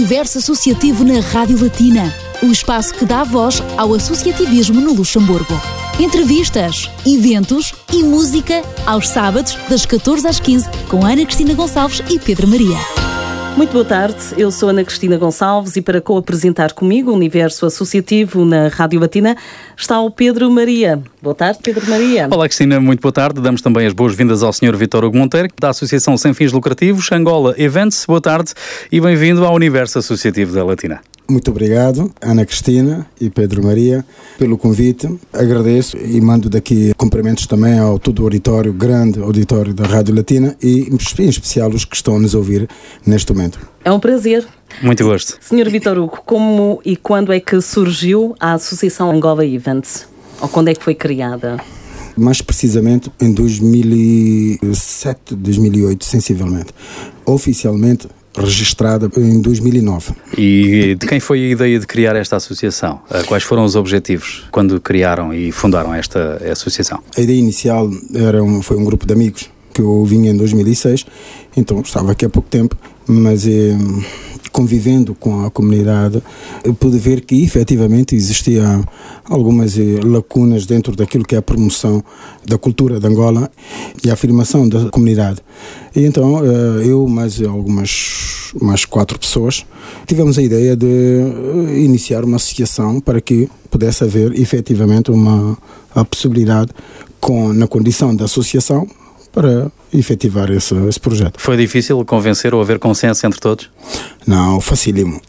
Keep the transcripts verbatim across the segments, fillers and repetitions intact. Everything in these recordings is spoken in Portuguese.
Universo Associativo na Rádio Latina, o espaço que dá voz ao associativismo no Luxemburgo. Entrevistas, eventos e música aos sábados das catorze às quinze com Ana Cristina Gonçalves e Pedro Maria. Muito boa tarde, eu sou Ana Cristina Gonçalves e para co-apresentar comigo o Universo Associativo na Rádio Latina está o Pedro Maria. Boa tarde, Pedro Maria. Olá, Cristina, muito boa tarde. Damos também as boas-vindas ao senhor Vítor Hugo Monteiro, da Associação Sem Fins Lucrativos, Angola Events. Boa tarde e bem-vindo ao Universo Associativo da Latina. Muito obrigado, Ana Cristina e Pedro Maria, pelo convite. Agradeço e mando daqui cumprimentos também ao todo o auditório, grande auditório da Rádio Latina e em especial os que estão a nos ouvir neste momento. É um prazer. Muito gosto. senhor Vítor Hugo, como e quando é que surgiu a Associação Angola Events? Ou quando é que foi criada? Mais precisamente em dois mil e sete, dois mil e oito, sensivelmente. Oficialmente registrada em dois mil e nove. E de quem foi a ideia de criar esta associação? Quais foram os objetivos quando criaram e fundaram esta associação? A ideia inicial era um, foi um grupo de amigos que eu vinha em dois mil e seis, então estava aqui há pouco tempo, mas eh, convivendo com a comunidade, eu pude ver que efetivamente existia algumas eh, lacunas dentro daquilo que é a promoção da cultura de Angola e a afirmação da comunidade. E então eh, eu mais algumas mais quatro pessoas tivemos a ideia de eh, iniciar uma associação para que pudesse haver efetivamente uma a possibilidade com, na condição de associação para efetivar esse, esse projeto. Foi difícil convencer ou haver consenso entre todos? Não, facílimo.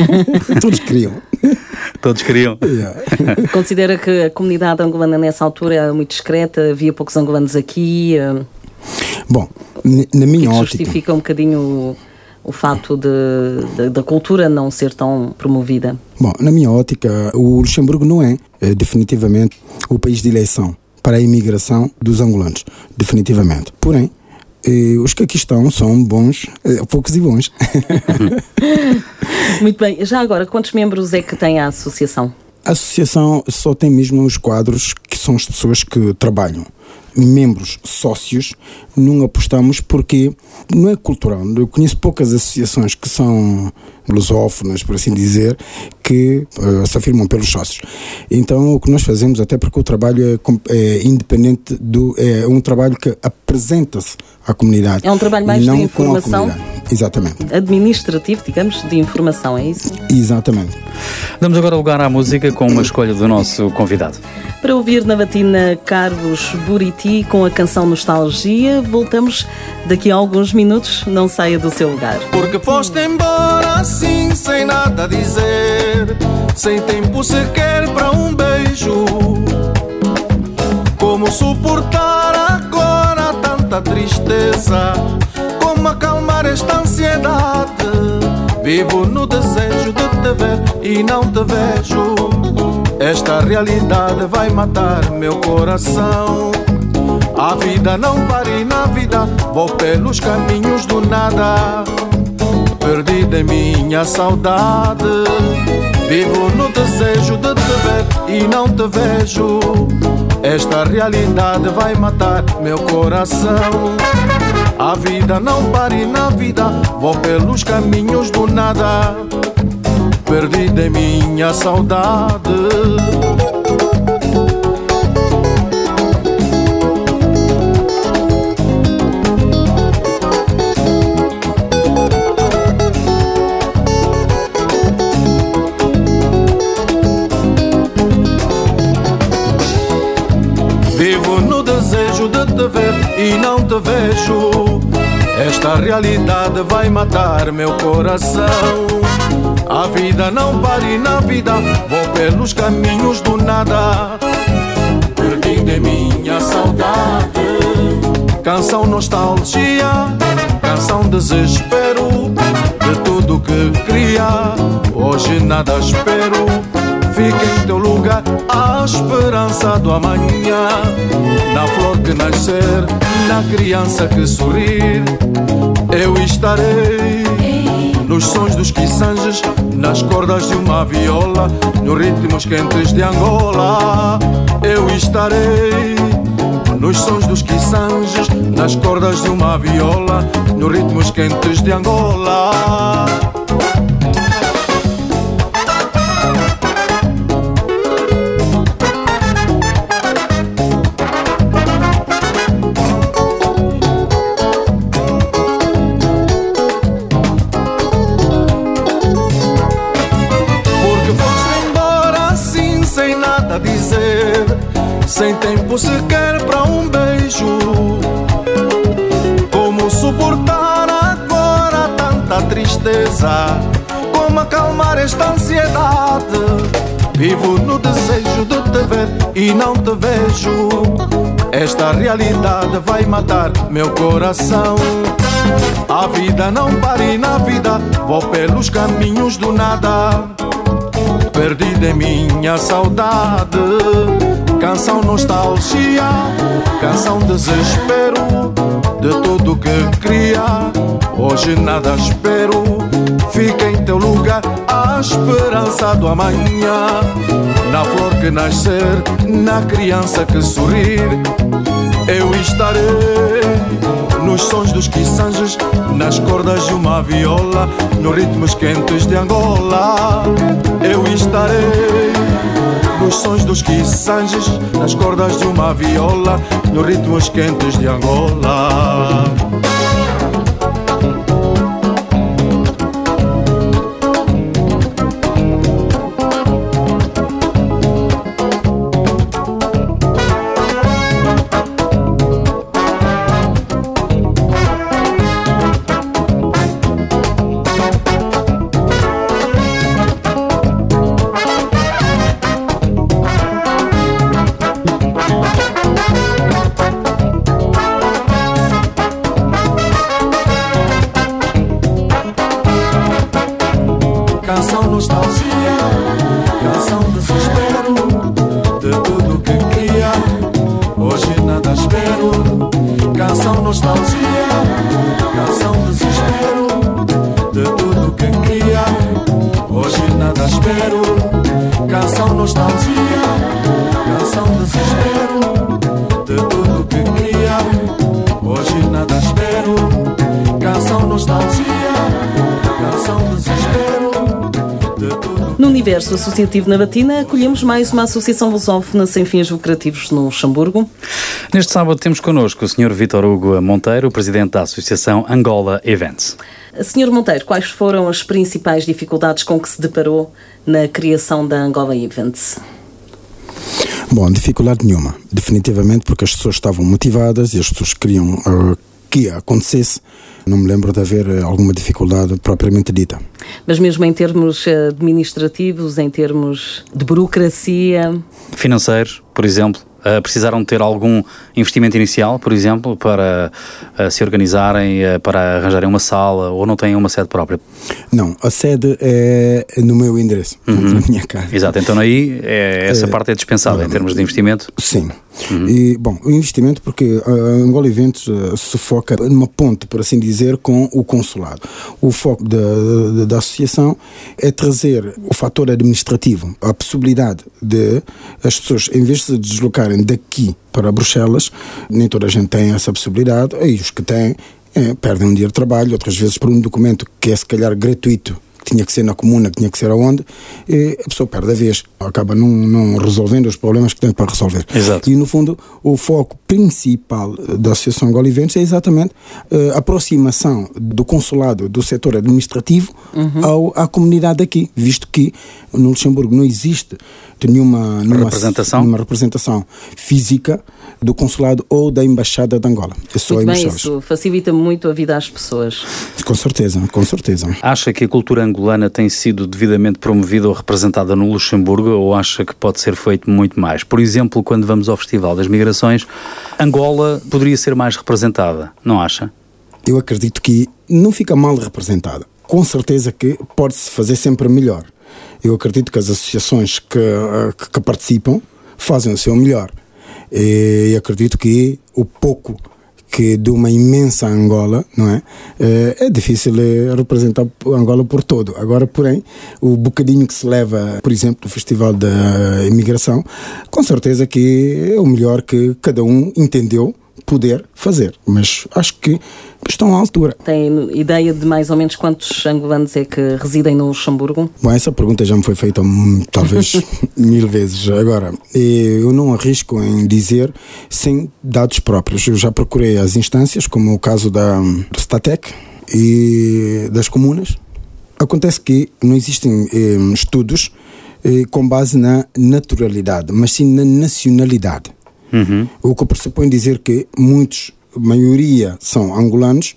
Todos queriam. Todos queriam? Yeah. Considera que a comunidade angolana nessa altura era muito discreta, havia poucos angolanos aqui? Bom, na minha que ótica... justifica um bocadinho o, o fato de, de, da cultura não ser tão promovida? Bom, na minha ótica, o Luxemburgo não é, é definitivamente o país de eleição para a imigração dos angolanos, definitivamente. Porém, eh, os que aqui estão são bons, eh, poucos e bons. Muito bem. Já agora, quantos membros é que tem a associação? A associação só tem mesmo os quadros, que são as pessoas que trabalham. Membros sócios, não apostamos porque não é cultural. Eu conheço poucas associações que são lusófonas, por assim dizer, que uh, se afirmam pelos sócios. Então o que nós fazemos, até porque o trabalho é, é independente, do, é um trabalho que apresenta-se à comunidade. É um trabalho mais de informação? Exatamente. Administrativo, digamos, de informação, é isso? Exatamente. Damos agora lugar à música com uma escolha do nosso convidado. Para ouvir na batina Carlos Buriti com a canção Nostalgia, voltamos daqui a alguns minutos, não saia do seu lugar. Porque foste embora assim, sem nada dizer, sem tempo sequer para um beijo. Como suportar agora tanta tristeza? Como acalmar esta ansiedade? Vivo no desejo de te ver e não te vejo. Esta realidade vai matar meu coração. A vida não para e na vida vou pelos caminhos do nada. Perdida em minha saudade. Vivo no desejo de te ver e não te vejo. Esta realidade vai matar meu coração. A vida não para e na vida vou pelos caminhos do nada. Perdida em minha saudade. Vivo no desejo de te ver e não te vejo. Esta realidade vai matar meu coração. A vida não para e na vida vou pelos caminhos do nada. Perdido em minha saudade. Canção nostalgia, canção desespero. De tudo que queria, hoje nada espero. Fica em teu lugar a esperança do amanhã. Na flor que nascer, na criança que sorrir. Eu estarei nos sons dos quiçanges, nas cordas de uma viola, nos ritmos quentes de Angola. Eu estarei nos sons dos quiçanges, nas cordas de uma viola, nos ritmos quentes de Angola. sem tempo sequer para um beijo. Como suportar agora tanta tristeza? Como acalmar esta ansiedade? Vivo no desejo de te ver e não te vejo. Esta realidade vai matar meu coração. A vida não para e na vida vou pelos caminhos do nada, perdida em minha saudade. Canção nostalgia, canção desespero, de tudo que queria, hoje nada espero. Fica em teu lugar a esperança do amanhã, na flor que nascer, na criança que sorrir. Eu estarei nos sons dos quiçanges, nas cordas de uma viola, nos ritmos quentes de Angola. Eu estarei nos sons dos quiçanges, nas cordas de uma viola, nos ritmos quentes de Angola. Canção nostalgia, canção desespero, de tudo que queria, hoje nada espero. Canção nostalgia, canção desespero, de tudo que queria, hoje nada espero. Canção nostalgia, canção desespero, de tudo que queria, hoje nada espero. Canção nostalgia, canção desespero. No universo associativo na Batina, acolhemos mais uma associação lusófona sem fins lucrativos no Luxemburgo. Neste sábado temos connosco o senhor Vítor Hugo Monteiro, presidente da Associação Angola Events. senhor Monteiro, quais foram as principais dificuldades com que se deparou na criação da Angola Events? Bom, dificuldade nenhuma. Definitivamente porque as pessoas estavam motivadas e as pessoas queriam uh, que acontecesse. Não me lembro de haver alguma dificuldade propriamente dita. Mas mesmo em termos administrativos, em termos de burocracia... Financeiros, por exemplo, uh, precisaram ter algum investimento inicial, por exemplo, para uh, se organizarem, uh, para arranjarem uma sala, ou não têm uma sede própria? Não, a sede é no meu endereço, uhum. na minha casa. Exato, então aí é, essa é, parte é dispensável, é, em termos de investimento? Sim. Uhum. E, bom, o investimento, porque a Angola Eventos uh, se foca numa ponte, por assim dizer, com o consulado. O foco da, da, da associação é trazer o fator administrativo, a possibilidade de as pessoas, em vez de se deslocarem daqui para Bruxelas, nem toda a gente tem essa possibilidade, e os que têm é, perdem um dia de trabalho, outras vezes por um documento que é se calhar gratuito, que tinha que ser na comuna, que tinha que ser aonde, e a pessoa perde a vez, acaba não, não resolvendo os problemas que tem para resolver. Exato. E no fundo o foco principal da Associação Angola Eventos é exatamente uh, a aproximação do consulado, do setor administrativo, uhum. ao, à comunidade aqui, visto que no Luxemburgo não existe nenhuma, nenhuma, representação? nenhuma representação física do consulado ou da embaixada de Angola. É só muito bem, isso facilita muito a vida às pessoas. Com certeza, com certeza. Acha que a cultura angolana tem sido devidamente promovida ou representada no Luxemburgo, ou acha que pode ser feito muito mais? Por exemplo, quando vamos ao Festival das Migrações, Angola poderia ser mais representada, não acha? Eu acredito que não fica mal representada. Com certeza que pode-se fazer sempre melhor. Eu acredito que as associações que, que, que participam fazem o seu melhor. E acredito que o pouco que de uma imensa Angola, não é? É difícil representar Angola por todo. Agora, porém, o bocadinho que se leva, por exemplo, do Festival da Imigração, com certeza que é o melhor que cada um entendeu poder fazer. Mas acho que estão à altura. Tem ideia de mais ou menos quantos angolanos é que residem no Luxemburgo? Bom, essa pergunta já me foi feita talvez mil vezes. Agora, eu não arrisco em dizer sem dados próprios. Eu já procurei as instâncias, como o caso da Statec e das comunas. Acontece que não existem eh, estudos eh, com base na naturalidade, mas sim na nacionalidade. Uhum. O que pressupõe dizer que muitos, a maioria são angolanos,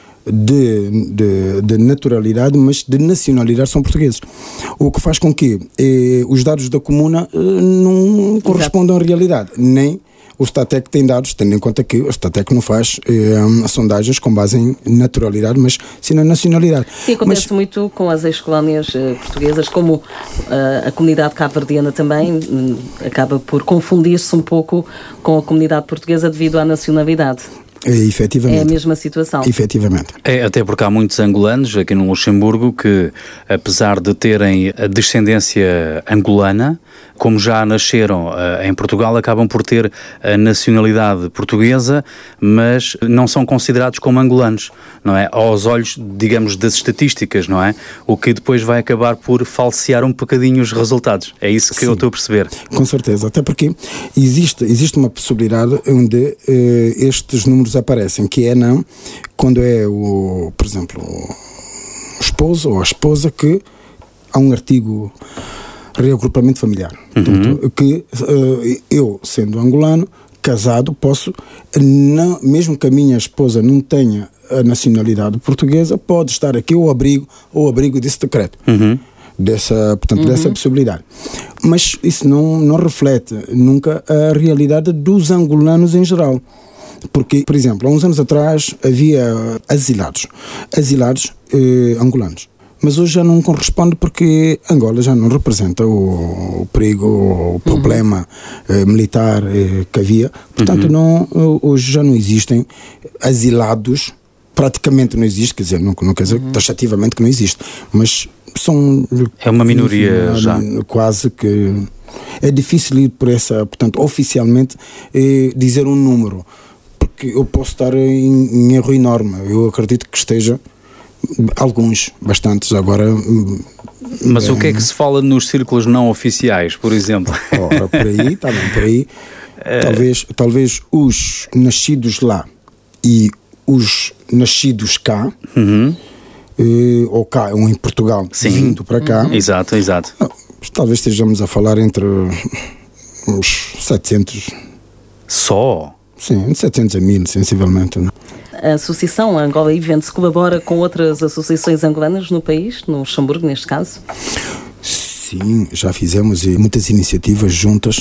De, de, de naturalidade, mas de nacionalidade são portugueses. O que faz com que eh, os dados da comuna eh, não correspondam à realidade, nem o Statec tem dados, tendo em conta que o Statec não faz eh, sondagens com base em naturalidade, mas sim na nacionalidade. Sim, acontece mas, muito com as ex-colónias eh, portuguesas, como uh, a comunidade cabo-verdiana também um, acaba por confundir-se um pouco com a comunidade portuguesa devido à nacionalidade. É, efetivamente. É a mesma situação. Efetivamente. É, até porque há muitos angolanos aqui no Luxemburgo que, apesar de terem a descendência angolana, como já nasceram uh, em Portugal, acabam por ter a nacionalidade portuguesa, mas não são considerados como angolanos, não é? Aos olhos, digamos, das estatísticas, não é? O que depois vai acabar por falsear um bocadinho os resultados. É isso que Sim, eu estou a perceber. Com certeza, até porque existe, existe uma possibilidade onde uh, estes números aparecem, que é não, quando é, o, por exemplo, o esposo ou a esposa que há um artigo reagrupamento familiar. Uhum. Portanto, que uh, eu, sendo angolano, casado, posso, não, mesmo que a minha esposa não tenha a nacionalidade portuguesa, pode estar aqui ao abrigo, ao abrigo desse decreto. Uhum. Dessa, portanto, uhum. dessa possibilidade. Mas isso não, não reflete nunca a realidade dos angolanos em geral. Porque, por exemplo, há uns anos atrás havia asilados, asilados eh, angolanos. Mas hoje já não corresponde porque Angola já não representa o, o perigo, o problema uhum. eh, militar eh, que havia. Portanto, uhum. não, hoje já não existem asilados, praticamente não existe, quer dizer, não, não quer dizer uhum. taxativamente que não existe, mas são... É uma minoria enfim, já. Quase que... É difícil ir por essa, portanto, oficialmente eh, dizer um número, porque eu posso estar em, em erro enorme. Eu acredito que esteja... Alguns, bastantes, agora... Mas é... o que é que se fala nos círculos não oficiais, por exemplo? Ora, por aí, está bem, por aí. É... Talvez, talvez os nascidos lá e os nascidos cá, uhum. eh, ou cá, ou em Portugal, Sim. vindo para cá... Uhum. Exato, exato. Talvez estejamos a falar entre uns setecentos... Só? Sim, de setecentos a mil, sensivelmente, não? A associação Angola Eventos colabora com outras associações angolanas no país, no Luxemburgo, neste caso? Sim, já fizemos muitas iniciativas juntas.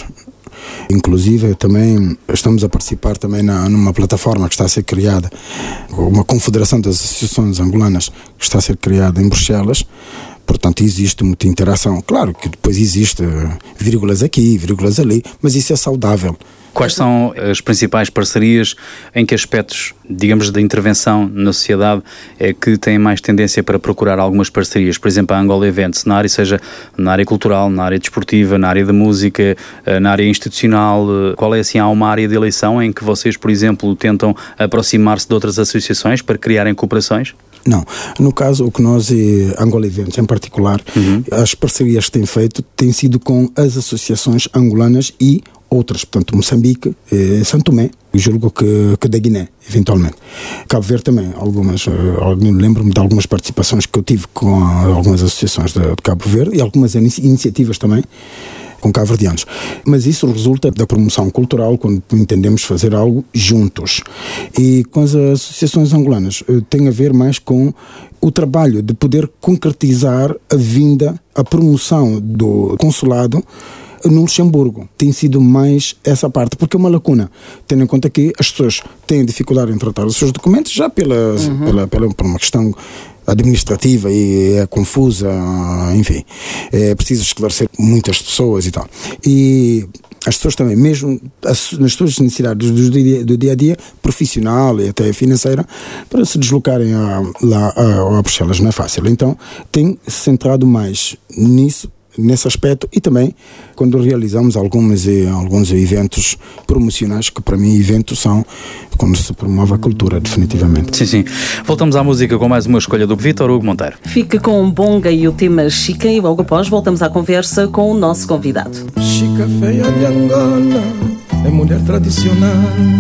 Inclusive, também estamos a participar também na, numa plataforma que está a ser criada, uma confederação das associações angolanas que está a ser criada em Bruxelas. Portanto, existe muita interação. Claro que depois existe vírgulas aqui, vírgulas ali, mas isso é saudável. Quais são as principais parcerias? Em que aspectos, digamos, da intervenção na sociedade é que têm mais tendência para procurar algumas parcerias? Por exemplo, a Angola Eventos, na área, seja na área cultural, na área desportiva, na área da música, na área institucional. Qual é, assim, há uma área de eleição em que vocês, por exemplo, tentam aproximar-se de outras associações para criarem cooperações? Não. No caso, o que nós, Angola Eventos em particular, uhum. as parcerias que têm feito têm sido com as associações angolanas e outras, portanto, Moçambique, eh, São Tomé, e julgo que, que da Guiné, eventualmente. Cabo Verde também, algumas, uh, lembro-me de algumas participações que eu tive com uh, algumas associações de, de Cabo Verde e algumas inici- iniciativas também com cabo-verdianos. Mas isso resulta da promoção cultural, quando entendemos fazer algo juntos. E com as associações angolanas, uh, tem a ver mais com o trabalho de poder concretizar a vinda, a promoção do consulado no Luxemburgo. Tem sido mais essa parte, porque é uma lacuna, tendo em conta que as pessoas têm dificuldade em tratar os seus documentos, já pela, uhum. pela, pela, por uma questão administrativa e é confusa, enfim, é preciso esclarecer muitas pessoas e tal. E as pessoas também, mesmo as, nas suas necessidades do dia, do dia a dia, profissional e até financeira, para se deslocarem a, lá a, a Bruxelas não é fácil. Então, tem centrado mais nisso, nesse aspecto, e também quando realizamos algumas, alguns eventos promocionais, que para mim eventos são quando se promove a cultura, definitivamente. Sim, sim. Voltamos à música com mais uma escolha do Vítor Hugo Monteiro. Fica com Bonga e o tema Chica, e logo após voltamos à conversa com o nosso convidado. Chica feia de Angola, é mulher tradicional,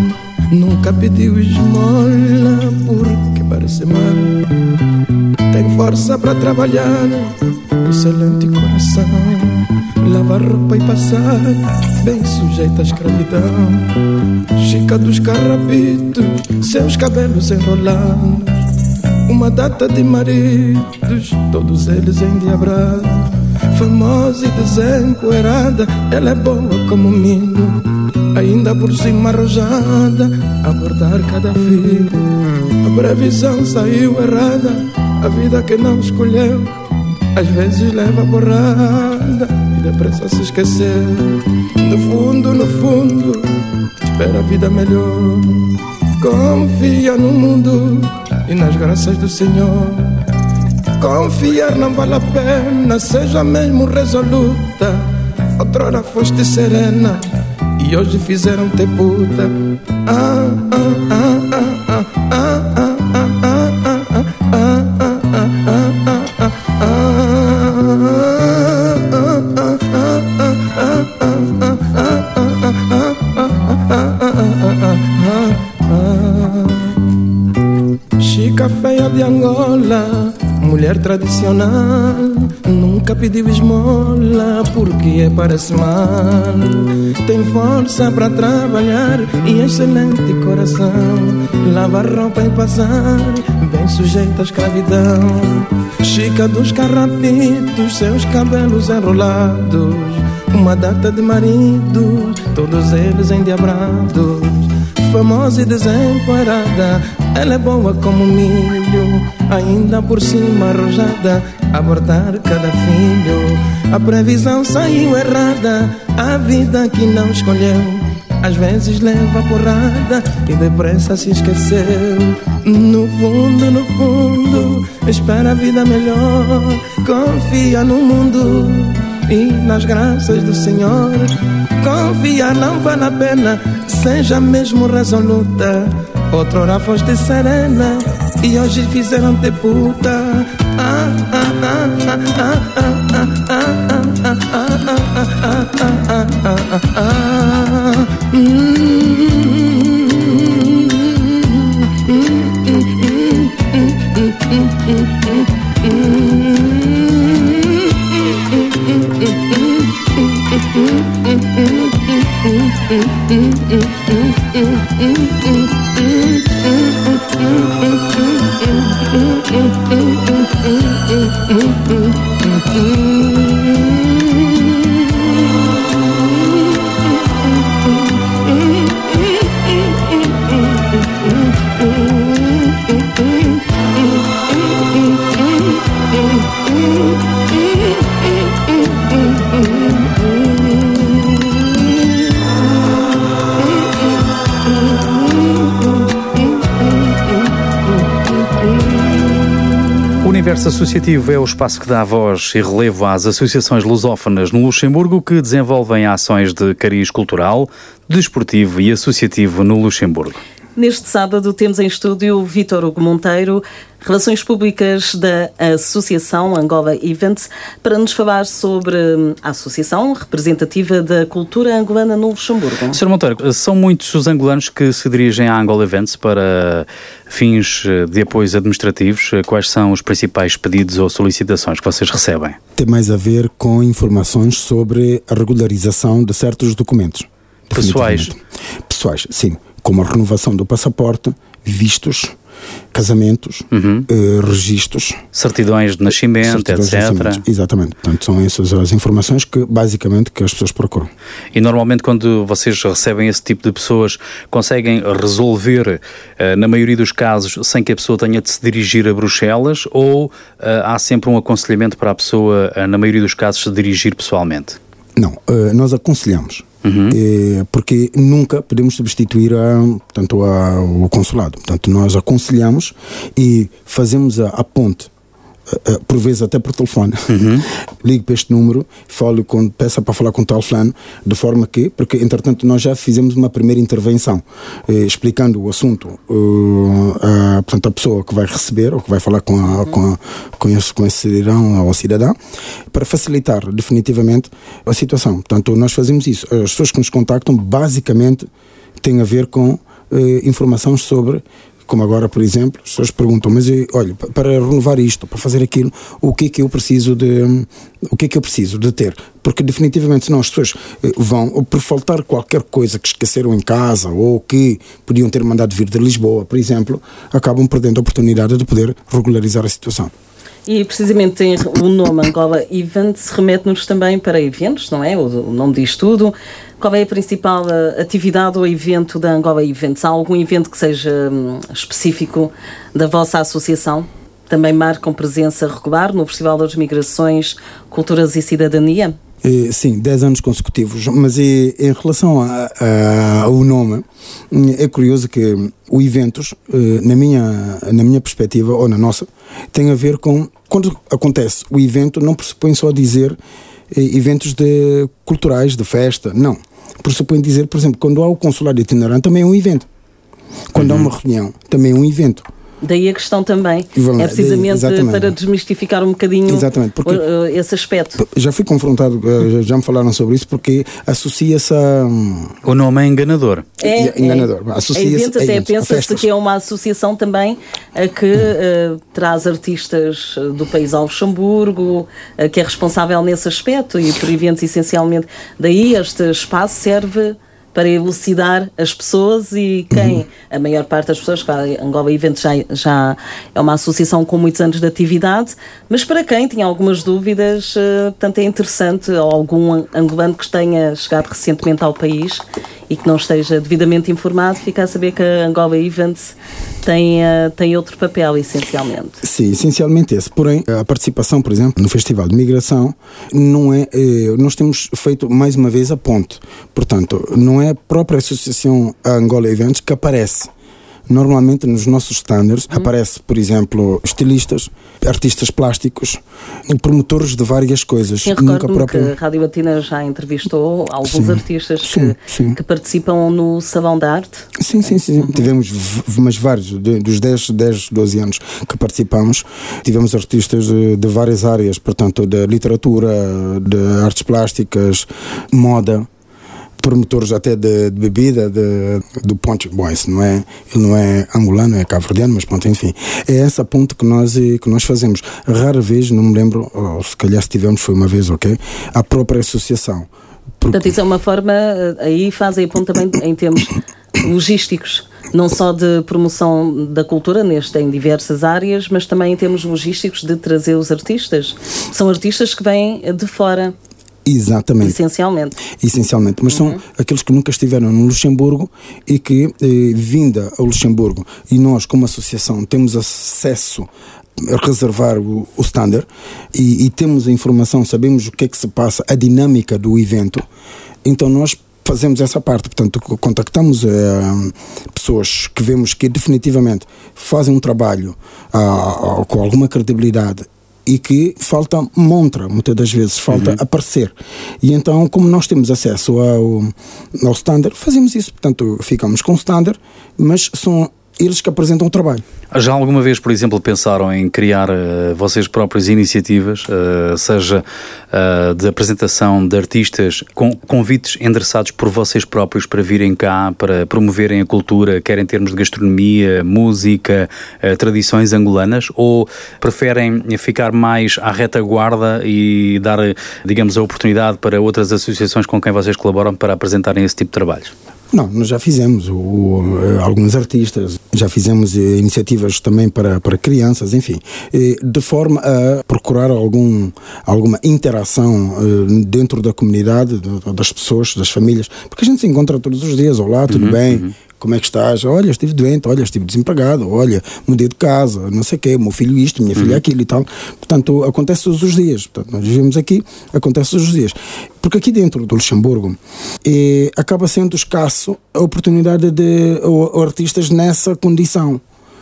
nunca pediu esmola porque parece mal. Tem força para trabalhar, excelente coração, lavar roupa e passar, bem sujeita à escravidão. Chica dos carrapitos, seus cabelos enrolados, uma data de maridos, todos eles endiabrados. Famosa e desempoeirada, ela é boa como milho, ainda por cima arrojada, a bordar cada fio. A previsão saiu errada, a vida que não escolheu, às vezes leva porrada e depressa se esquecer. No fundo, no fundo, espera a vida melhor. Confia no mundo e nas graças do Senhor. Confiar não vale a pena, seja mesmo resoluta. Outrora foste serena e hoje fizeram-te puta. Ah, ah, ah, ah, ah, ah, ah, ah, ah, Chica feia de Angola, mulher tradicional, nunca pediu esmola porque parece mal. Tem força para trabalhar e excelente coração, lava roupa e passar, bem sujeita à escravidão. Chica dos carrapitos, seus cabelos enrolados, uma data de maridos, todos eles endiabrados. Famosa e desempoeirada, ela é boa como milho, ainda por cima arrojada, a bordar cada filho. A previsão saiu errada, a vida que não escolheu, às vezes leva porrada e depressa se esqueceu. No fundo, no fundo, espera a vida melhor. Confia no mundo e nas graças do Senhor. Confiar não vale a pena, seja mesmo resoluta. Outrora foste serena e hoje fizeram-te puta. Ah, ah, ah, ah, ah, ah, ah, ah, ah, ah, ah, ah, ah, ah. O Universo Associativo é o espaço que dá voz e relevo às associações lusófonas no Luxemburgo que desenvolvem ações de cariz cultural, desportivo e associativo no Luxemburgo. Neste sábado temos em estúdio Vítor Hugo Monteiro, Relações Públicas da Associação Angola Events, para nos falar sobre a associação representativa da cultura angolana no Luxemburgo. senhor Monteiro, são muitos os angolanos que se dirigem à Angola Events para fins de apoios administrativos. Quais são os principais pedidos ou solicitações que vocês recebem? Tem mais a ver com informações sobre a regularização de certos documentos. Pessoais? Pessoais, sim. Como a renovação do passaporte, vistos, casamentos, uhum. eh, registros. Certidões de nascimento, certidões etcétera. De Exatamente. Portanto, são essas as informações que, basicamente, que as pessoas procuram. E, normalmente, quando vocês recebem esse tipo de pessoas, conseguem resolver, eh, na maioria dos casos, sem que a pessoa tenha de se dirigir a Bruxelas, ou eh, há sempre um aconselhamento para a pessoa, eh, na maioria dos casos, se dirigir pessoalmente? Não, eh, nós aconselhamos. Uhum. É, porque nunca podemos substituir a, portanto, a, o consulado. Portanto, nós aconselhamos e fazemos a, a ponte, a, a, por vezes até por telefone. Uhum. Ligo para este número, falo com, peço para falar com tal fulano, de forma que, porque entretanto nós já fizemos uma primeira intervenção, eh, explicando o assunto, uh, a, portanto, a pessoa que vai receber ou que vai falar com, a, uhum. com, a, com, esse, com esse cidadão ou cidadã, para facilitar definitivamente a situação. Portanto, nós fazemos isso. As pessoas que nos contactam basicamente têm a ver com eh, informações sobre Como agora, por exemplo, as pessoas perguntam, mas olha, para renovar isto, para fazer aquilo, o que é que eu preciso de, o que é que eu preciso de ter? Porque definitivamente senão as pessoas vão, ou por faltar qualquer coisa que esqueceram em casa, ou que podiam ter mandado vir de Lisboa, por exemplo, acabam perdendo a oportunidade de poder regularizar a situação. E precisamente o nome Angola Events remete-nos também para eventos, não é? O nome diz tudo. Qual é a principal atividade ou evento da Angola Events? Há algum evento que seja hum, específico da vossa associação? Também marcam presença regular no Festival das Migrações, Culturas e Cidadania? Eh, sim, dez anos consecutivos, mas eh, em relação a, a, ao nome, é curioso que o eventos, eh, na, minha, na minha perspectiva, ou na nossa, tem a ver com, quando acontece o evento, não pressupõe só dizer eh, eventos de, culturais, de festa, não. Pressupõe dizer, por exemplo, quando há o consulado itinerante, também é um evento. Quando uhum. há uma reunião, também é um evento. Daí a questão também, lá, é precisamente daí, para desmistificar um bocadinho porque esse aspecto. Já fui confrontado, já me falaram sobre isso, porque associa-se a... O nome é enganador. É, é enganador. É. Associa-se a até pensa-se que é uma associação também a que uh, traz artistas do país ao Luxemburgo, uh, que é responsável nesse aspecto e por eventos essencialmente. Daí este espaço serve para elucidar as pessoas e quem, uhum. a maior parte das pessoas, claro, a Angola Events já, já é uma associação com muitos anos de atividade, mas para quem tinha algumas dúvidas, uh, portanto é interessante, ou algum angolano que tenha chegado recentemente ao país e que não esteja devidamente informado, fica a saber que a Angola Events tem, uh, tem outro papel, essencialmente. Sim, essencialmente esse. Porém, a participação, por exemplo, no Festival de Migração, não é, eh, nós temos feito mais uma vez a ponte. Portanto, não é a própria associação Angola Events que aparece. Normalmente nos nossos standards hum. aparece, por exemplo, estilistas, artistas plásticos, promotores de várias coisas. Eu recordo-me própria... que a Rádio Latina já entrevistou alguns sim, sim, que, sim. que participam no Salão de Arte. Sim, sim, sim. Uhum. Tivemos mas vários, de, dos dez, dez, doze anos que participamos, tivemos artistas de, de várias áreas, portanto, da literatura, de artes plásticas, moda, promotores até de, de bebida, de, do ponte. Bom, isso não é, ele não é angolano, é cabo-verdiano, mas pronto, enfim. É essa ponte que nós, que nós fazemos. Rara vez, não me lembro, ou se calhar se tivemos foi uma vez, ok? A própria associação. Porque... Portanto, isso é uma forma, aí fazem a ponte também em termos logísticos, não só de promoção da cultura, neste, em diversas áreas, mas também em termos logísticos de trazer os artistas. São artistas que vêm de fora. Exatamente. Essencialmente. Essencialmente. Mas uhum. são aqueles que nunca estiveram no Luxemburgo e que, eh, vinda ao Luxemburgo, e nós, como associação, temos acesso a reservar o, o standard e, e temos a informação, sabemos o que é que se passa, a dinâmica do evento, então nós fazemos essa parte. Portanto, contactamos eh, pessoas que vemos que definitivamente fazem um trabalho ah, ah, com alguma credibilidade e que falta montra, muitas das vezes falta uhum. aparecer. E então, como nós temos acesso ao, ao standard, fazemos isso. Portanto, ficamos com o standard, mas são eles que apresentam o trabalho. Já alguma vez, por exemplo, pensaram em criar uh, vocês próprias iniciativas, uh, seja uh, de apresentação de artistas, com convites endereçados por vocês próprios para virem cá, para promoverem a cultura, quer em termos de gastronomia, música, uh, tradições angolanas, ou preferem ficar mais à retaguarda e dar, digamos, a oportunidade para outras associações com quem vocês colaboram para apresentarem esse tipo de trabalhos? Não, nós já fizemos o, o, alguns artistas, já fizemos eh, iniciativas também para, para crianças, enfim, eh, de forma a procurar algum, alguma interação eh, dentro da comunidade, das pessoas, das famílias, porque a gente se encontra todos os dias, olá, tudo uhum, bem? Uhum. Como é que estás? Olha, estive doente, olha, estive desempregado, olha, mudei de casa, não sei o quê, meu filho isto, minha filha uhum. aquilo e tal. Portanto, acontece todos os dias. Portanto, nós vivemos aqui, acontece todos os dias. Porque aqui dentro do Luxemburgo eh, acaba sendo escasso a oportunidade de ou, ou artistas nessa condição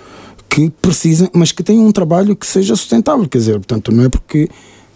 que precisam, mas que tenham um trabalho que seja sustentável. Quer dizer, portanto, não é porque...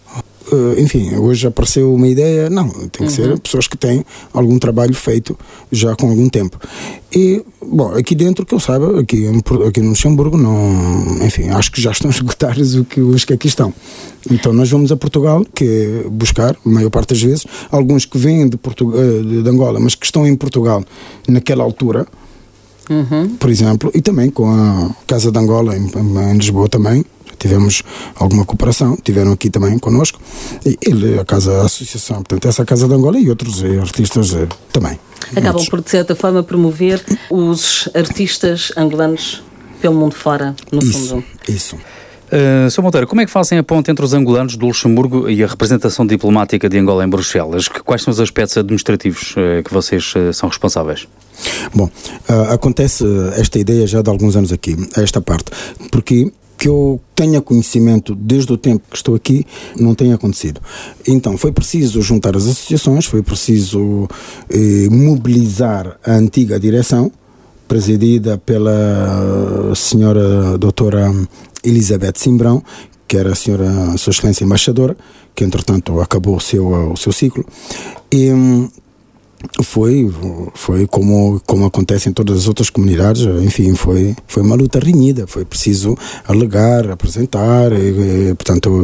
Uh, enfim, hoje apareceu uma ideia, não, tem que uhum. ser pessoas que têm algum trabalho feito já com algum tempo. E, bom, aqui dentro, que eu saiba, aqui, aqui no Luxemburgo, não, enfim, acho que já estão esgotados o que, os que aqui estão. Então nós vamos a Portugal, que é buscar, a maior parte das vezes, alguns que vêm de, Portugal, de Angola, mas que estão em Portugal naquela altura, uhum. por exemplo, e também com a Casa de Angola em, em Lisboa também. Tivemos alguma cooperação, tiveram aqui também connosco, e ele, a Casa a Associação, portanto, essa Casa de Angola e outros eh, artistas eh, também. Acabam muitos. por, de certa forma, promover os artistas angolanos pelo mundo fora, no isso, fundo. Isso. Uh, Senhor Monteiro, como é que fazem a ponte entre os angolanos do Luxemburgo e a representação diplomática de Angola em Bruxelas? Quais são os aspectos administrativos uh, que vocês uh, são responsáveis? Bom, uh, acontece esta ideia já de alguns anos aqui, esta parte, porque que eu tenha conhecimento desde o tempo que estou aqui, não tem acontecido. Então, foi preciso juntar as associações, foi preciso eh, mobilizar a antiga direção, presidida pela senhora doutora Elizabeth Simbrão, que era a senhora Sua Excelência Embaixadora, que entretanto acabou o seu, o seu ciclo, e foi, foi como, como acontece em todas as outras comunidades, enfim, foi, foi uma luta renhida, foi preciso alegar, apresentar, e, e, portanto,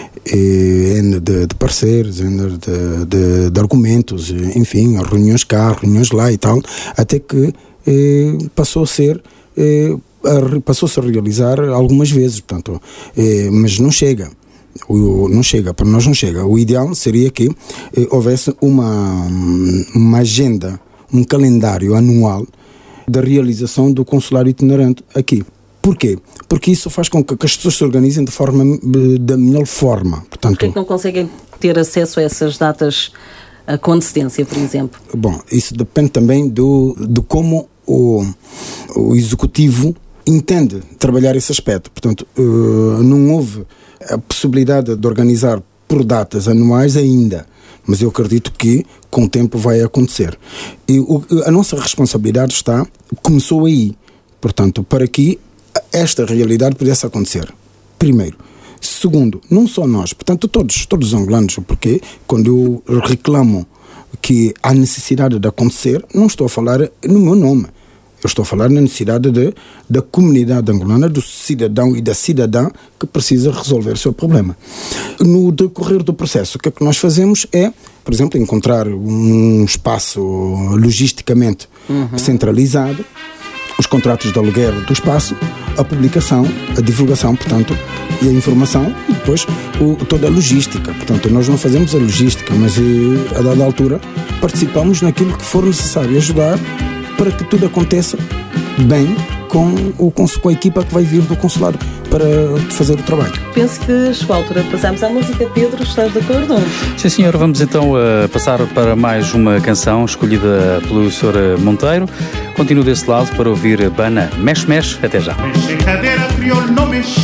e, de, de parceiros, de, de, de argumentos, enfim, reuniões cá, reuniões lá e tal, até que e, passou a ser, e, a, passou-se a realizar algumas vezes, portanto, e, mas não chega. O, não chega, para nós não chega. O ideal seria que eh, houvesse uma, uma agenda, um calendário anual da realização do consulário itinerante aqui. Porquê? Porque isso faz com que, que as pessoas se organizem de forma, da melhor forma. Portanto, Porquê que não conseguem ter acesso a essas datas com antecedência, por exemplo? Bom, isso depende também do, de como o, o executivo entende trabalhar esse aspecto. Portanto, uh, não houve a possibilidade de organizar por datas anuais ainda, mas eu acredito que com o tempo vai acontecer. E o, a nossa responsabilidade está, começou aí, portanto, para que esta realidade pudesse acontecer. Primeiro. Segundo, não só nós, portanto, todos, todos os angolanos, porque quando eu reclamo que há necessidade de acontecer, não estou a falar no meu nome. Eu estou a falar na necessidade de, da comunidade angolana, do cidadão e da cidadã que precisa resolver o seu problema. No decorrer do processo, o que é que nós fazemos é, por exemplo, encontrar um espaço logisticamente uhum. centralizado, os contratos de aluguer do espaço, a publicação, a divulgação, portanto, e a informação, e depois o, toda a logística. Portanto, nós não fazemos a logística, mas e, a dada altura participamos naquilo que for necessário ajudar para que tudo aconteça bem com, o, com a equipa que vai vir do consulado para fazer o trabalho. Penso que chegou a altura de passarmos à música. Pedro, estás de acordo? Sim, senhor. Vamos então uh, passar para mais uma canção escolhida pelo senhor Monteiro. Continuo desse lado para ouvir Bana Mexe Mexe. Até já. Mexe cadeira, crioulo não mexe.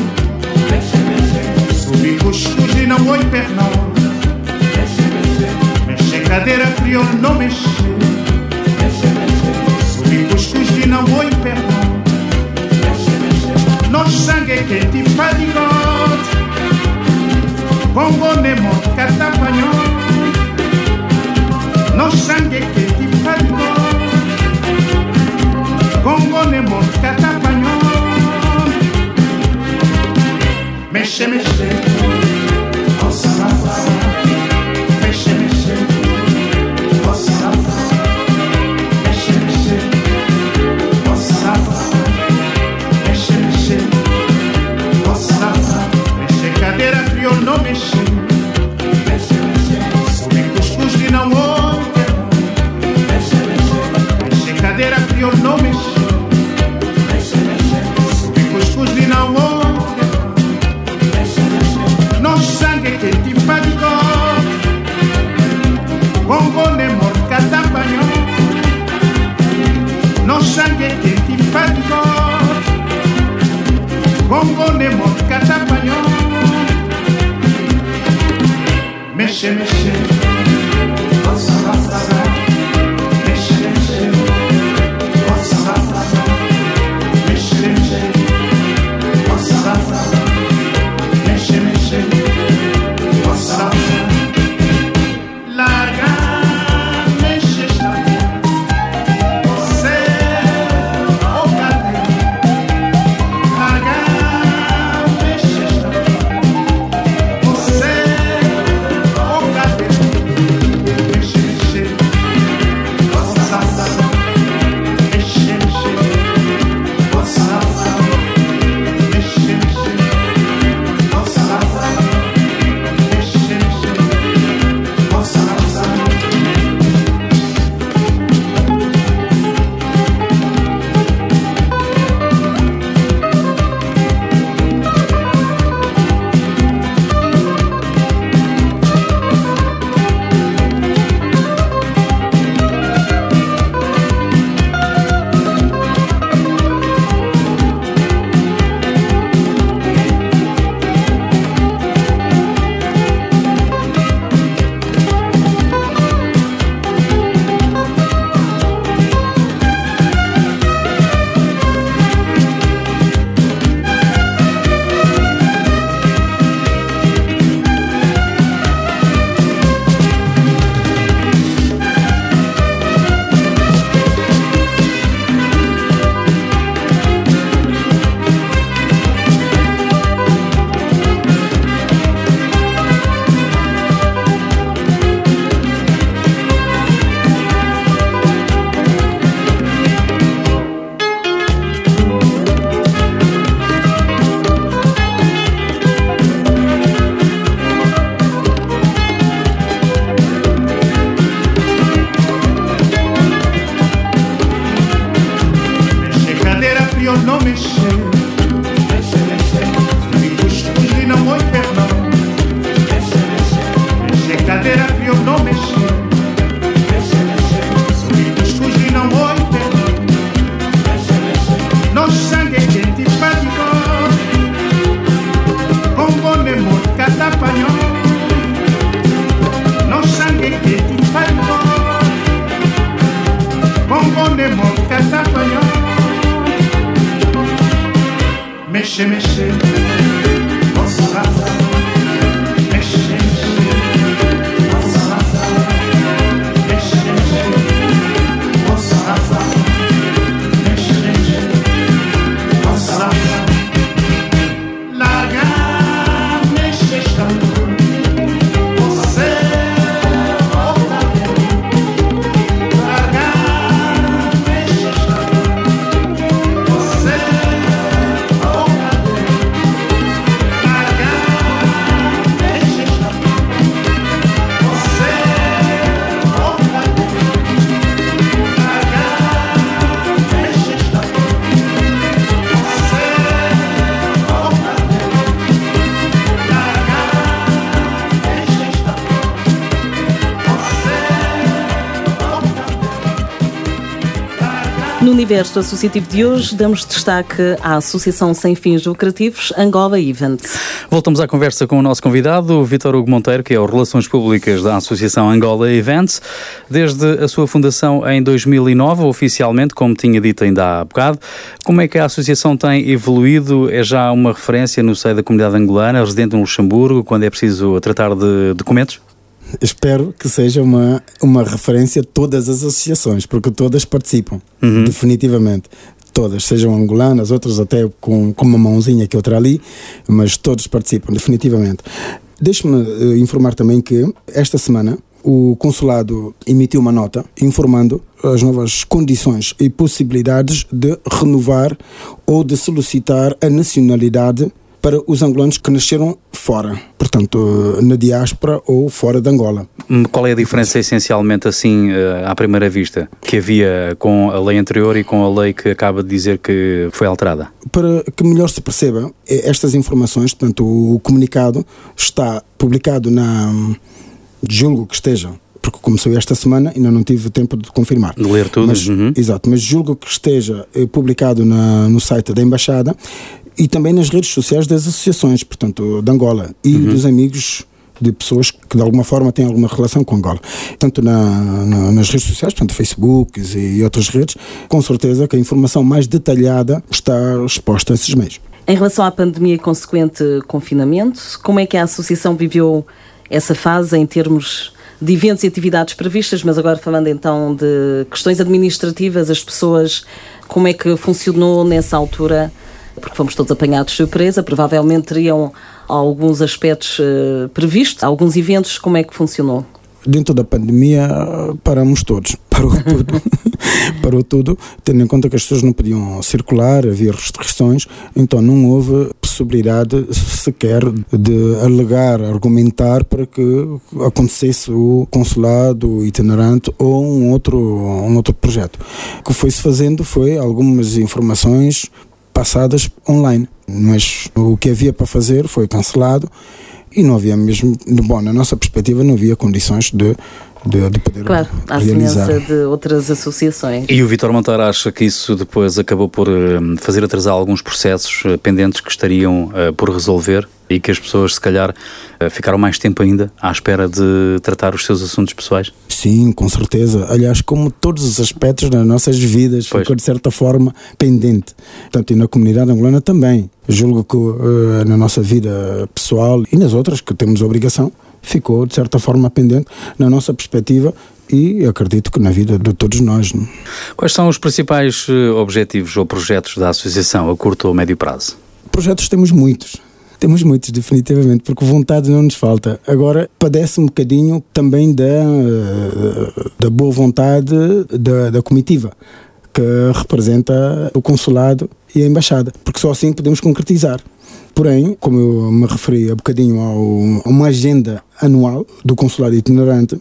Mexe, mexe. Subi cuscuz e não oi pernão. Mexe, mexe. Mexe cadeira, crioulo não mexe. Cuscuz de não oi perdão. Nós sangue que te fadigot Bongo nemo catapanhão. Nós sangue que te fadigot Bongo nemo catapanhão. Mexe, mexe Ossa, mexe, mexe Ossa, mexe, mexe Mexe, mexe, nossa, mexe cadeira, crioulo não mexe. Mexe, mexe, subi cuscuz de não olha. Mexe, mexe, mexe cadeira, crioulo não mexe. Mexe, mexe, subi cuscuz de não olha. Mexe, mexe, nós sangue que te fadigou. Bongo nemo catapanhão. Nós sangue que te fadigou. Bongo nemo catapanhão. Mexe, mexe Nossa, nossa, mexe, mexe Nossa, nossa, mexe, mexe Nossa, nossa, mexe, mexe Nossa, nossa. Larga, mexe, você o cadê? Larga, mexe, você o cadê? No universo associativo de hoje, damos destaque à Associação Sem Fins Lucrativos Angola Events. Voltamos à conversa com o nosso convidado, o Vítor Hugo Monteiro, que é o Relações Públicas da Associação Angola Events. Desde a sua fundação em dois mil e nove, oficialmente, como tinha dito ainda há bocado, como é que a associação tem evoluído? É já uma referência no seio da comunidade angolana, residente no Luxemburgo, quando é preciso tratar de documentos? Espero que seja uma, uma referência a todas as associações, porque todas participam, uhum. definitivamente. Todas, sejam angolanas, outras até com, com uma mãozinha que outra ali, mas todos participam, definitivamente. Deixe-me uh, informar também que esta semana o Consulado emitiu uma nota informando as novas condições e possibilidades de renovar ou de solicitar a nacionalidade para os angolanos que nasceram fora, portanto, na diáspora ou fora de Angola. Qual é a diferença, essencialmente, assim, à primeira vista, que havia com a lei anterior e com a lei que acaba de dizer que foi alterada? Para que melhor se perceba estas informações, portanto, o comunicado está publicado na... julgo que esteja, porque começou esta semana, ainda não tive tempo de confirmar. De ler tudo. Mas, uhum. Exato, mas julgo que esteja publicado na, no site da Embaixada e também nas redes sociais das associações, portanto, de Angola e uhum. dos amigos de pessoas que de alguma forma têm alguma relação com Angola. Tanto na, na, nas redes sociais, portanto, Facebook e outras redes, com certeza que a informação mais detalhada está exposta a esses meios. Em relação à pandemia e consequente confinamento, como é que a associação viveu essa fase em termos de eventos e atividades previstas, mas agora falando então de questões administrativas, as pessoas, como é que funcionou nessa altura? Porque fomos todos apanhados de surpresa, provavelmente teriam alguns aspectos uh, previstos, alguns eventos, como é que funcionou? Dentro da pandemia paramos todos, parou tudo, parou tudo, tendo em conta que as pessoas não podiam circular, havia restrições, então não houve possibilidade sequer de alegar, argumentar para que acontecesse o consulado itinerante ou um outro, um outro projeto. O que foi-se fazendo foi algumas informações passadas online, mas o que havia para fazer foi cancelado e não havia mesmo, bom, na nossa perspectiva não havia condições de, de, de poder claro, realizar. Claro, à semelhança de outras associações. E o Vítor Monteiro acha que isso depois acabou por fazer atrasar alguns processos pendentes que estariam uh, por resolver e que as pessoas se calhar uh, ficaram mais tempo ainda à espera de tratar os seus assuntos pessoais? Sim, com certeza. Aliás, como todos os aspectos das nossas vidas, pois. Ficou de certa forma pendente. Portanto, e na comunidade angolana também. Julgo que uh, na nossa vida pessoal e nas outras que temos obrigação, ficou de certa forma pendente na nossa perspectiva e acredito que na vida de todos nós. Não? Quais são os principais objetivos ou projetos da associação a curto ou médio prazo? Projetos temos muitos. Temos muitos, definitivamente, porque vontade não nos falta. Agora, padece um bocadinho também da, da boa vontade da, da comitiva, que representa o consulado e a embaixada, porque só assim podemos concretizar. Porém, como eu me referi há bocadinho ao, a uma agenda anual do consulado itinerante,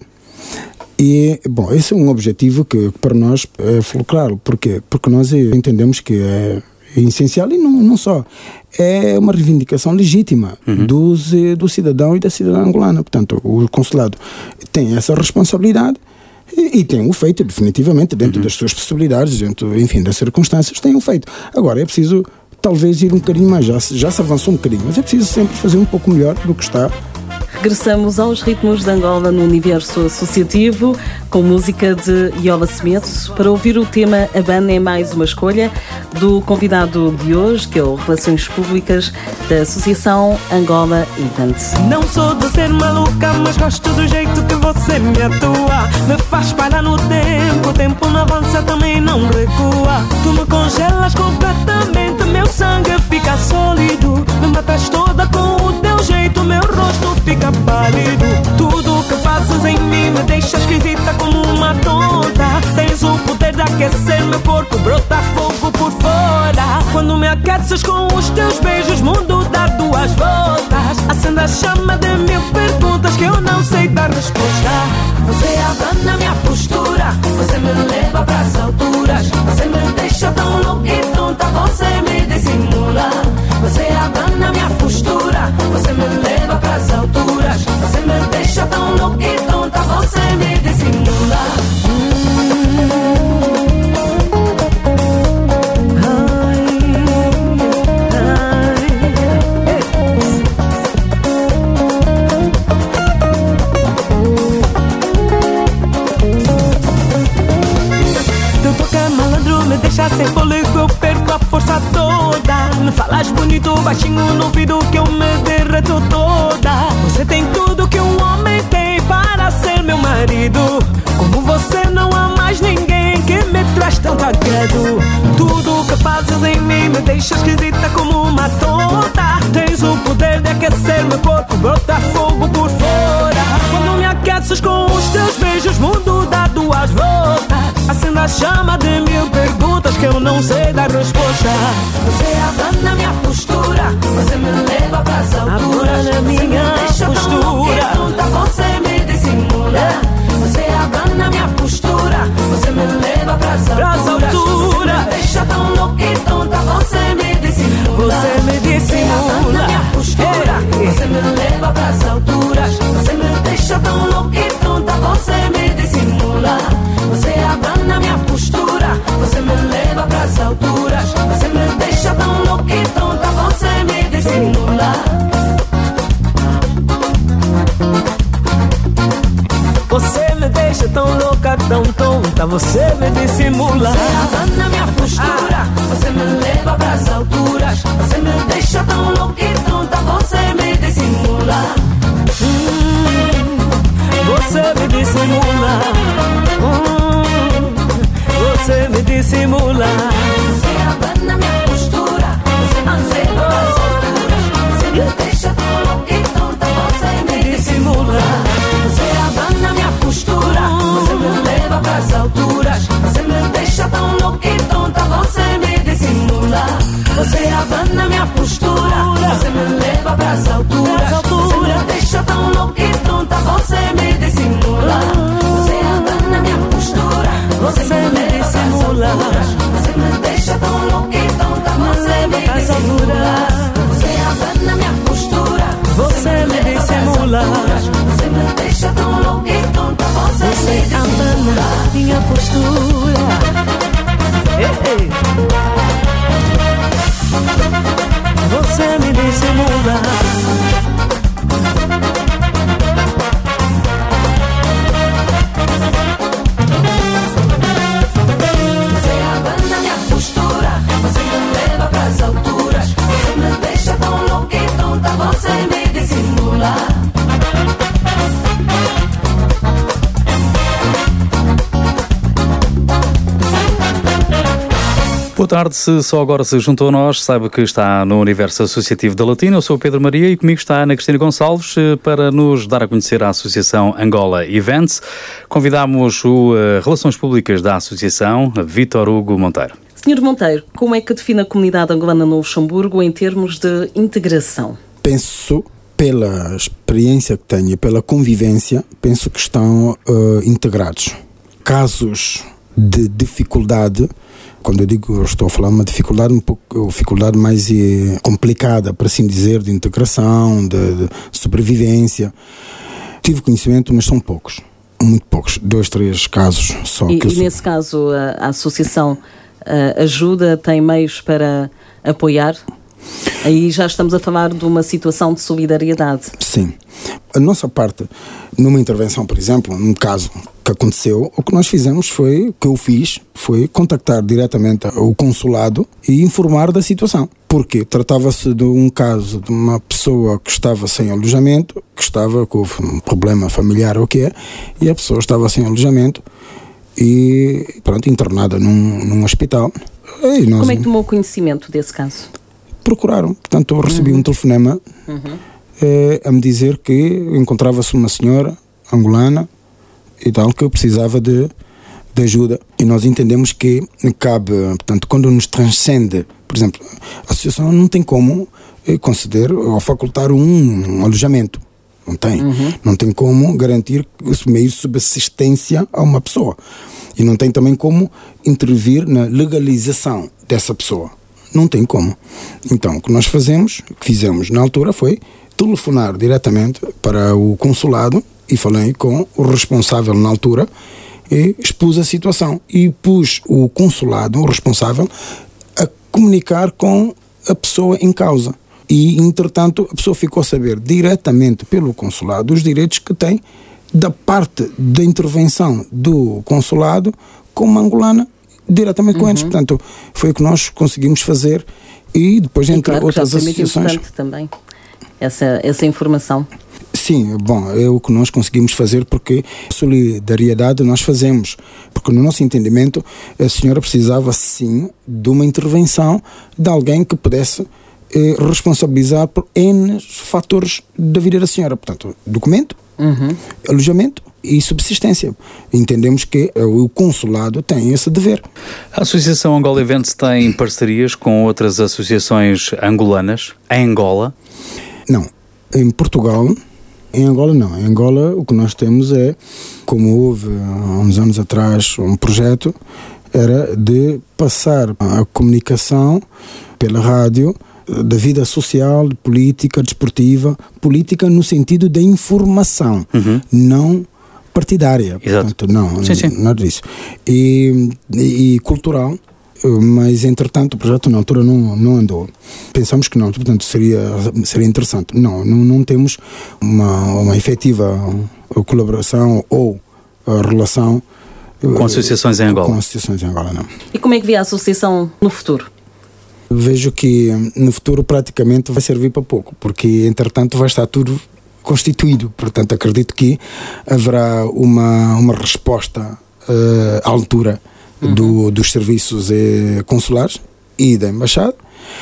e, bom, esse é um objetivo que, que para nós é fulcral. Porquê? Porque nós entendemos que é É essencial e não, não só. É uma reivindicação legítima uhum. dos, do cidadão e da cidadã angolana. Portanto, o consulado tem essa responsabilidade e, e tem o feito, definitivamente, dentro uhum. das suas possibilidades, dentro, enfim, das circunstâncias, tem o feito. Agora, é preciso, talvez, ir um bocadinho mais. Já, já se avançou um bocadinho, mas é preciso sempre fazer um pouco melhor do que está. Regressamos aos ritmos de Angola no universo associativo, com música de Iola Semedo, para ouvir o tema A Banda é Mais Uma Escolha, do convidado de hoje, que é o Relações Públicas da Associação Angola Events. Não sou de ser maluca, mas gosto do jeito que você me atua. Me faz parar no tempo, o tempo não avança, também não recua. Tu me congelas completamente, meu sangue fica sólido. Me matas toda com o teu jeito, meu rosto fica pálido. Tudo que fazes em mim me deixa esquisita como uma tonta. Tens o poder de aquecer meu corpo, brota fogo por fora. Quando me aqueces com os teus beijos, mundo dá duas voltas. Acende a chama de mil perguntas que eu não sei dar resposta. Você abana minha postura, você me leva pras alturas. Você me deixa tão louca e tonta, você me dissimula. Você abana minha postura, você me leva pras alturas. Você me deixa tão louca e tonta, você me dissimula. Hum. baixinho no ouvido que eu me derreto toda. Você tem tudo que um homem tem para ser meu marido. Como você não há mais ninguém que me traz tanto agrado. Tudo o que fazes em mim me deixa esquisita como uma tonta. Tens o poder de aquecer meu corpo, brota fogo por fora. Quando me aqueces com os teus beijos, mundo dá duas voltas. Acenda a chama de mil perguntas que eu não sei dar resposta. Você abana minha postura, você me leva pras alturas. Abana minha postura, tonta, você me dissimula. Você abana minha postura, você me leva pras alturas. alturas. Você me deixa tão louca e tonta, você me dissimula. Você me dissimula. Você abana minha postura, você me leva pras alturas. Você me deixa tão louca e tonta, você me dissimula. Você abana minha postura, você me leva pras alturas. Você me deixa tão louca e tonta, você me dissimula. Você me deixa tão louca, tão tonta, você me dissimula. Você abana minha postura, você me leva pras alturas. Você me deixa tão louca e tonta, você me dissimula. Hum, você me dissimula. Hum, você me dissimula. Você abana minha postura, você me leva pras alturas. Você me deixa tão louca e tonta, você me dissimula. Você abana minha postura, você me leva pras alturas. Você me deixa tão louca e tonta, você me dissimula. Você abana minha postura, você me leva pras alturas. Você me deixa tão louca e tonta, você me dissimula. Você abana minha postura, você me leva pras alturas. Você me deixa tão louca e tonta, você me dissimula. Você abana minha postura, você me dissimula. Você me deixa tão louca e tonta, você me dissimula. Minha postura. Ei, ei. Você me dissimula. Você abana minha postura, você me leva pras alturas. Você me deixa tão louca e tonta, você me dissimula. Boa tarde, se só agora se juntou a nós, saiba que está no Universo Associativo da Latina. Eu sou o Pedro Maria e comigo está a Ana Cristina Gonçalves para nos dar a conhecer a Associação Angola Events. Convidámos o uh, Relações Públicas da Associação, Vítor Hugo Monteiro. senhor Monteiro, como é que define a comunidade angolana no Luxemburgo em termos de integração? Penso, pela experiência que tenho e pela convivência, penso que estão uh, integrados. Casos de dificuldade, quando eu digo, eu estou a falar de uma dificuldade um pouco, dificuldade mais eh, complicada, para assim dizer, de integração, de, de sobrevivência. Tive conhecimento, mas são poucos, muito poucos, dois, três casos só. E, que eu e sou... nesse caso a, a associação a, ajuda, tem meios para apoiar? Aí já estamos a falar de uma situação de solidariedade. Sim. A nossa parte, numa intervenção, por exemplo, num caso que aconteceu, o que nós fizemos foi, o que eu fiz, foi contactar diretamente o consulado e informar da situação. Porque tratava-se de um caso de uma pessoa que estava sem alojamento, que estava com um problema familiar ou o que é, e a pessoa estava sem alojamento e, pronto, internada num, num hospital. E nós... Como é que tomou conhecimento desse caso? Procuraram. Portanto, eu recebi uhum. um telefonema uhum. eh, a me dizer que encontrava-se uma senhora angolana e tal, que eu precisava de, de ajuda. E nós entendemos que cabe, portanto, quando nos transcende, por exemplo, a associação não tem como eh, conceder ou facultar um, um alojamento. Não tem. Uhum. Não tem como garantir os meios de subsistência a uma pessoa. E não tem também como intervir na legalização dessa pessoa. Não tem como. Então, o que nós fazemos, o que fizemos na altura foi telefonar diretamente para o consulado e falei com o responsável na altura e expus a situação. E pus o consulado, o responsável, a comunicar com a pessoa em causa. E, entretanto, a pessoa ficou a saber diretamente pelo consulado os direitos que tem da parte da intervenção do consulado como angolana diretamente com uhum. eles. Portanto, foi o que nós conseguimos fazer e depois, e entre claro, outras já foi muito associações... importante também essa, essa informação. Sim, bom, é o que nós conseguimos fazer, porque solidariedade nós fazemos, porque no nosso entendimento a senhora precisava sim de uma intervenção de alguém que pudesse eh, responsabilizar por N fatores da vida da senhora, portanto, documento, uhum. alojamento e subsistência. Entendemos que o consulado tem esse dever. A Associação Angola Eventos tem parcerias com outras associações angolanas, em Angola? Não, em Portugal. Em Angola não, em Angola o que nós temos é, como houve há uns anos atrás um projeto, era de passar a comunicação pela rádio da vida social, política, desportiva, política no sentido da informação, uhum. não partidária. Exato. Portanto, não, sim, sim. nada disso. E, e, e cultural, mas entretanto o projeto na altura não, não andou. Pensamos que não, portanto seria, seria interessante. Não, não, não temos uma, uma efetiva colaboração ou relação com associações em Angola. Com associações em Angola, não. E como é que vê a associação no futuro? Vejo que no futuro praticamente vai servir para pouco, porque entretanto vai estar tudo constituído. Portanto, acredito que haverá uma, uma resposta uh, à altura uhum. do, dos serviços eh, consulares e da embaixada.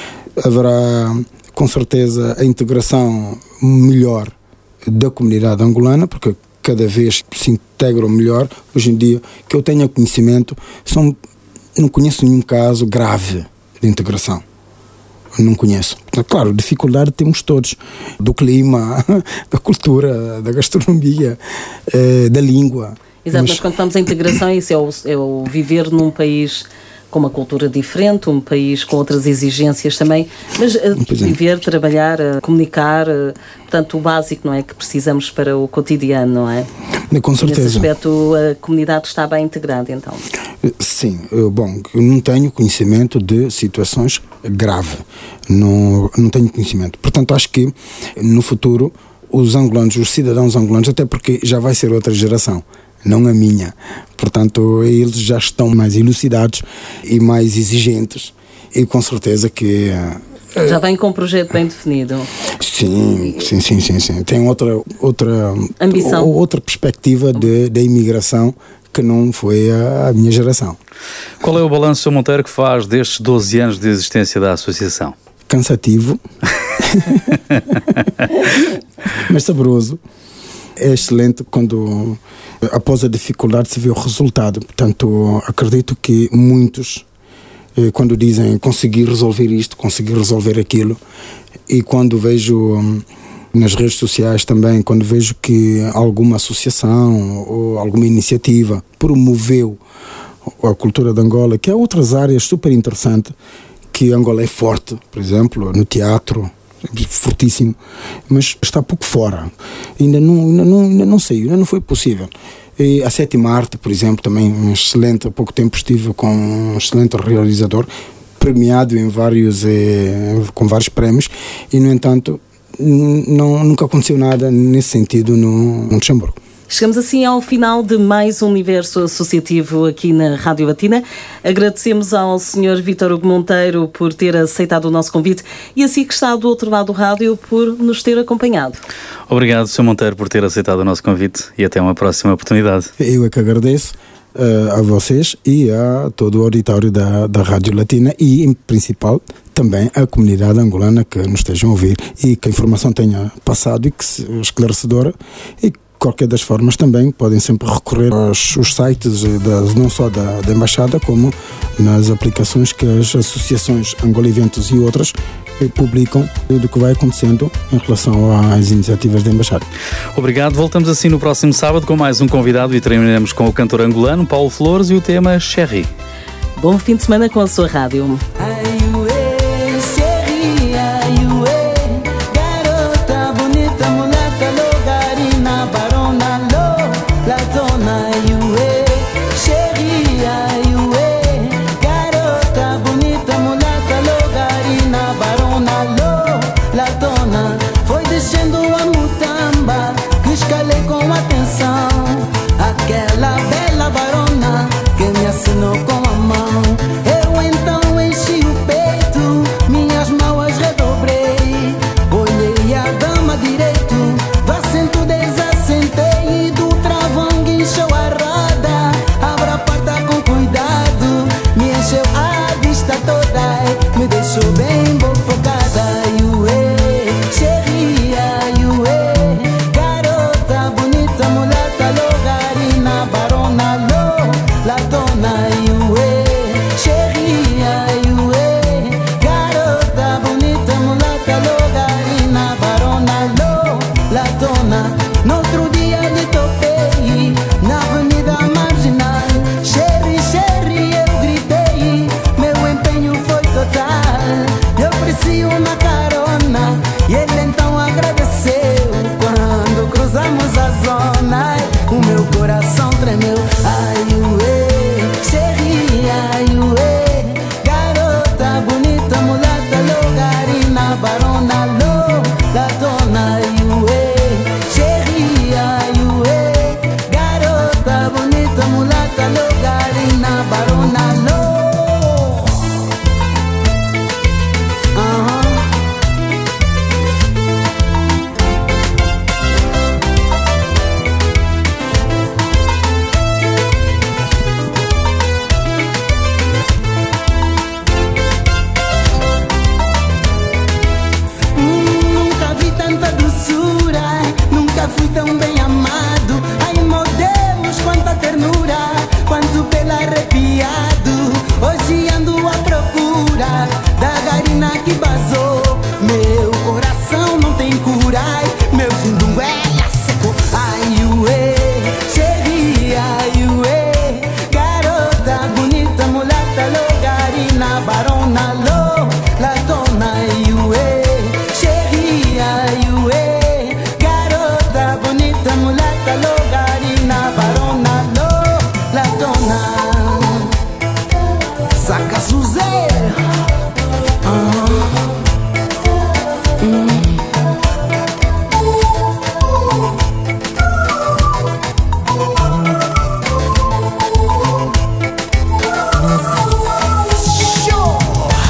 Haverá com certeza a integração melhor da comunidade angolana, porque cada vez se integram melhor. Hoje em dia, que eu tenha conhecimento, são, não conheço nenhum caso grave de integração. Não conheço. Claro, dificuldade temos todos, do clima, da cultura, da gastronomia, eh, da língua. Exato, mas, mas quando falamos em integração, isso é o, é o viver num país com uma cultura diferente, um país com outras exigências também, mas uh, viver, trabalhar, uh, comunicar, uh, portanto o básico, não é, que precisamos para o cotidiano, não é? Com certeza. Nesse aspecto a comunidade está bem integrada, então? Sim, bom, eu não tenho conhecimento de situações graves, não, não tenho conhecimento, portanto acho que no futuro os angolanos, os cidadãos angolanos, até porque já vai ser outra geração, não a minha, portanto eles já estão mais elucidados e mais exigentes e com certeza que já vem com um projeto bem definido. Sim, sim, sim, sim, sim. Tem outra outra ambição, outra perspectiva de, de imigração que não foi a, a minha geração. Qual é o balanço, senhor Monteiro, que faz destes doze anos de existência da associação? Cansativo, mas saboroso. É excelente quando, após a dificuldade, se vê o resultado. Portanto, acredito que muitos, quando dizem conseguir resolver isto, conseguir resolver aquilo, e quando vejo nas redes sociais também, quando vejo que alguma associação ou alguma iniciativa promoveu a cultura de Angola, que há outras áreas super interessantes, que Angola é forte, por exemplo, no teatro, fortíssimo, mas está pouco fora. Ainda não, ainda não, ainda não sei, ainda não foi possível. E a Sétima Arte, por exemplo, também um excelente, há pouco tempo estive com um excelente realizador, premiado em vários, eh, com vários prémios, e no entanto não, nunca aconteceu nada nesse sentido no, no Luxemburgo. Chegamos assim ao final de mais um Universo Associativo aqui na Rádio Latina. Agradecemos ao senhor Vítor Hugo Monteiro por ter aceitado o nosso convite e assim que está do outro lado do rádio por nos ter acompanhado. Obrigado, senhor Monteiro, por ter aceitado o nosso convite e até uma próxima oportunidade. Eu é que agradeço uh, a vocês e a todo o auditório da, da Rádio Latina e, em principal, também a comunidade angolana que nos estejam a ouvir e que a informação tenha passado e que se esclarecedora e qualquer das formas também podem sempre recorrer aos os sites das, não só da, da Embaixada como nas aplicações que as associações Angola Eventos e outras publicam do que vai acontecendo em relação às iniciativas da Embaixada. Obrigado, voltamos assim no próximo sábado com mais um convidado e terminamos com o cantor angolano Paulo Flores e o tema Cherry. Bom fim de semana com a sua rádio. Aquela bela varona que me assinou com a mão. outro dia lhe topei na avenida marginal. Xerri, xerri, eu gritei, meu empenho foi total. Eu ofereci uma carona e ele então agradeceu. Quando cruzamos a zona, o meu coração tremeu. Ai, ué, xerri, ai, ué, garota bonita, mulata, logarina, barona, lo, gatona, ai, ué, xerri, ai, ué, garota bonita, mulata, logarina, barona, lo. Aham. Nunca vi tanta doçura, nunca fui tão bem amado. Ai meu Deus, quanta ternura, quanto pelo arrepiado. Hoje ando à procura da garina que vazou. Meu coração não tem cura, ai, meu zindungo ela secou. Ai ué, xerri, ai ué, garota bonita, mulata, logarina, barona, lo, latona, ai ué, xerri, ai ué, garota bonita, mulata, logarina, barona, lo, latona. Saca Suzé. Ah. Hum. Show.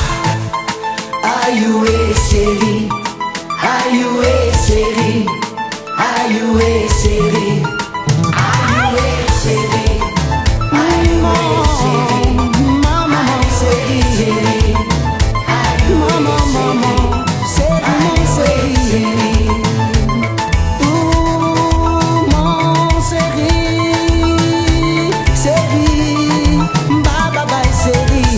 Ai ué, xerri, ai ué, xerri, ai ué, xerri, ai ué, xerri, ai ué, xerri, mama, xerri, mama, mama, xerri, xerri, uh, mon xerri, xerri, baba, vai xerri.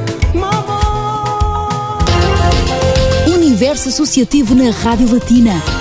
Universo Associativo na Rádio Latina.